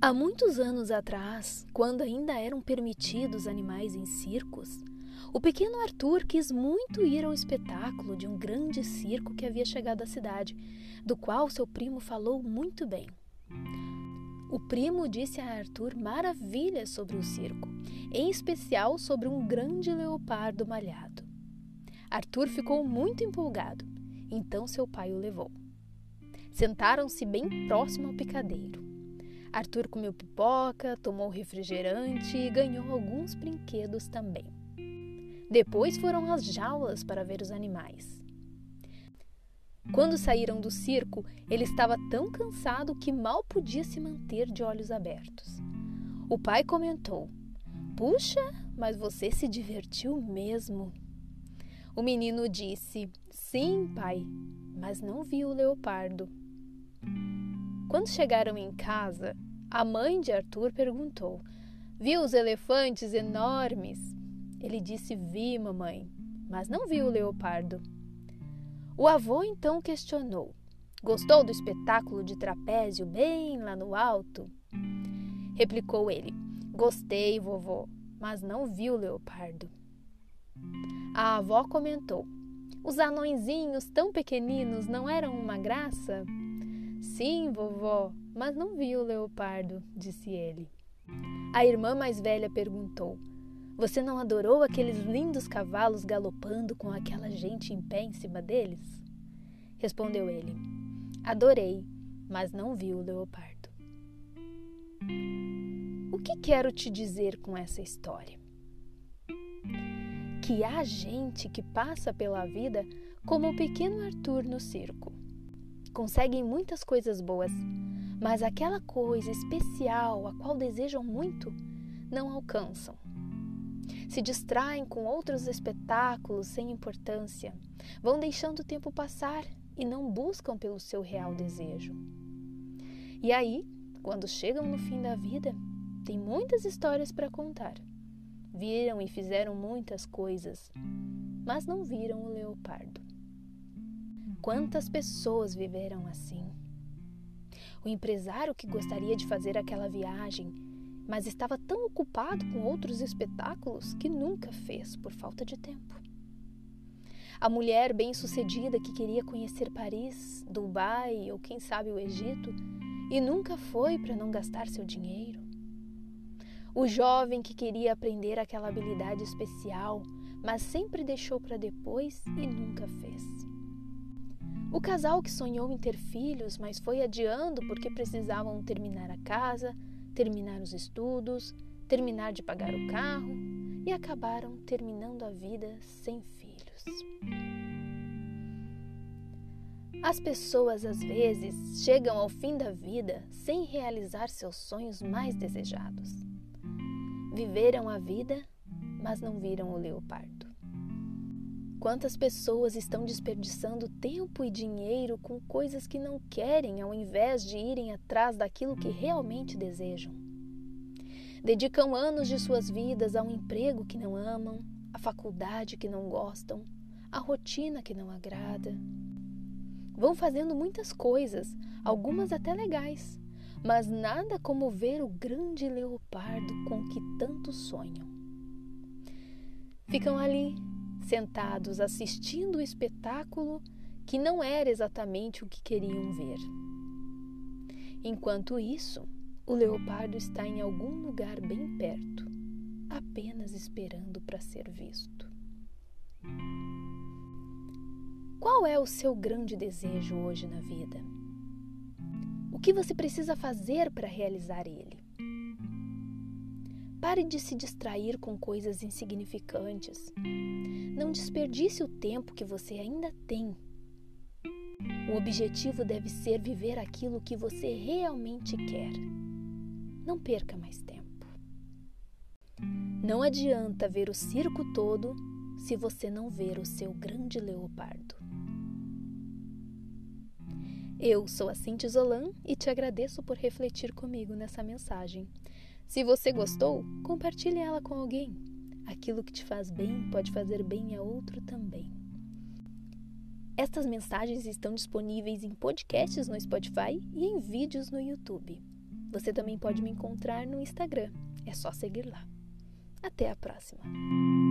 Há muitos anos atrás, quando ainda eram permitidos animais em circos, o pequeno Arthur quis muito ir ao espetáculo de um grande circo que havia chegado à cidade, do qual seu primo falou muito bem. O primo disse a Arthur maravilhas sobre o circo, em especial sobre um grande leopardo malhado. Arthur ficou muito empolgado, então seu pai o levou. Sentaram-se bem próximo ao picadeiro. Arthur comeu pipoca, tomou refrigerante e ganhou alguns brinquedos também. Depois foram às jaulas para ver os animais. Quando saíram do circo, ele estava tão cansado que mal podia se manter de olhos abertos. O pai comentou: "Puxa, mas você se divertiu mesmo." O menino disse: "Sim, pai, mas não vi o leopardo." Quando chegaram em casa, a mãe de Arthur perguntou: "Viu os elefantes enormes?" Ele disse: "Vi, mamãe, mas não vi o leopardo." O avô então questionou: "Gostou do espetáculo de trapézio bem lá no alto?" Replicou ele: "Gostei, vovô, mas não vi o leopardo." A avó comentou: "Os anõezinhos tão pequeninos não eram uma graça?" "Sim, vovó, mas não vi o leopardo", disse ele. A irmã mais velha perguntou: "Você não adorou aqueles lindos cavalos galopando com aquela gente em pé em cima deles?" Respondeu ele: "Adorei, mas não vi o leopardo." O que quero te dizer com essa história? Que há gente que passa pela vida como o pequeno Arthur no circo. Conseguem muitas coisas boas, mas aquela coisa especial a qual desejam muito, não alcançam. Se distraem com outros espetáculos sem importância, vão deixando o tempo passar e não buscam pelo seu real desejo. E aí, quando chegam no fim da vida, tem muitas histórias para contar. Viram e fizeram muitas coisas, mas não viram o leopardo. Quantas pessoas viveram assim? O empresário que gostaria de fazer aquela viagem, mas estava tão ocupado com outros espetáculos que nunca fez por falta de tempo. A mulher bem-sucedida que queria conhecer Paris, Dubai ou quem sabe o Egito e nunca foi para não gastar seu dinheiro. O jovem que queria aprender aquela habilidade especial, mas sempre deixou para depois e nunca fez. O casal que sonhou em ter filhos, mas foi adiando porque precisavam terminar a casa, terminar os estudos, terminar de pagar o carro e acabaram terminando a vida sem filhos. As pessoas às vezes chegam ao fim da vida sem realizar seus sonhos mais desejados. Viveram a vida, mas não viram o leopardo. Quantas pessoas estão desperdiçando tempo e dinheiro com coisas que não querem ao invés de irem atrás daquilo que realmente desejam? Dedicam anos de suas vidas a um emprego que não amam, a faculdade que não gostam, a rotina que não agrada. Vão fazendo muitas coisas, algumas até legais, mas nada como ver o grande leopardo com o que tanto sonham. Ficam ali, sentados assistindo o espetáculo que não era exatamente o que queriam ver. Enquanto isso, o leopardo está em algum lugar bem perto, apenas esperando para ser visto. Qual é o seu grande desejo hoje na vida? O que você precisa fazer para realizar ele? Pare de se distrair com coisas insignificantes. Não desperdice o tempo que você ainda tem. O objetivo deve ser viver aquilo que você realmente quer. Não perca mais tempo. Não adianta ver o circo todo se você não ver o seu grande leopardo. Eu sou a Cintia Zolan e te agradeço por refletir comigo nessa mensagem. Se você gostou, compartilhe ela com alguém. Aquilo que te faz bem pode fazer bem a outro também. Estas mensagens estão disponíveis em podcasts no Spotify e em vídeos no YouTube. Você também pode me encontrar no Instagram. É só seguir lá. Até a próxima!